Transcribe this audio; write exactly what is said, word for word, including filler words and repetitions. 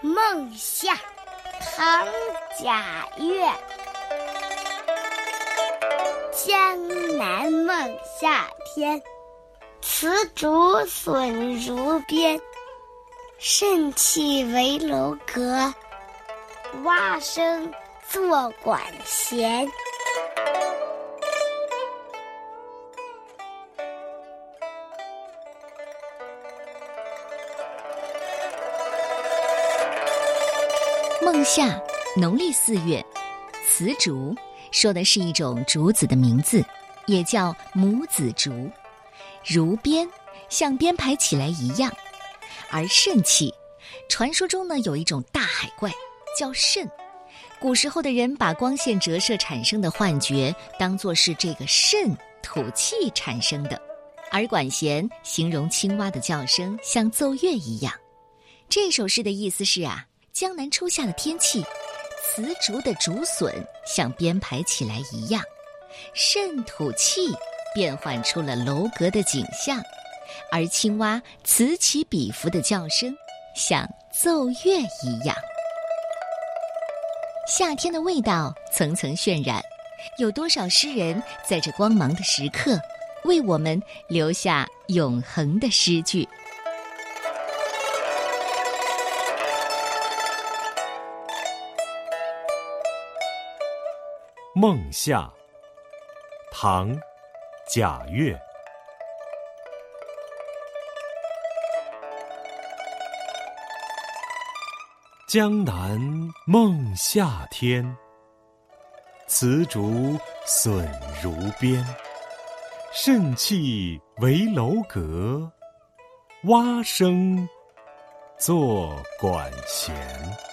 孟夏，唐·贾悦。江南梦夏天，丝竹笋如编。盛气围楼阁，蛙声作管弦。 孟夏，农历四月，雌竹说的是一种竹子的名字，也叫母子竹。如编，像编排起来一样。而肾气，传说中呢有一种大海怪叫肾，古时候的人把光线折射产生的幻觉当作是这个肾吐气产生的。而管弦形容青蛙的叫声像奏乐一样。这首诗的意思是啊，江南初夏的天气，雌竹的竹笋像编排起来一样，肾吐气变换出了楼阁的景象，而青蛙此起彼伏的叫声像奏乐一样。夏天的味道层层渲染，有多少诗人在这光芒的时刻为我们留下永恒的诗句。 孟夏，唐·贾悦。江南梦夏天，雌竹笋如编。盛气围楼阁，蛙声作管弦。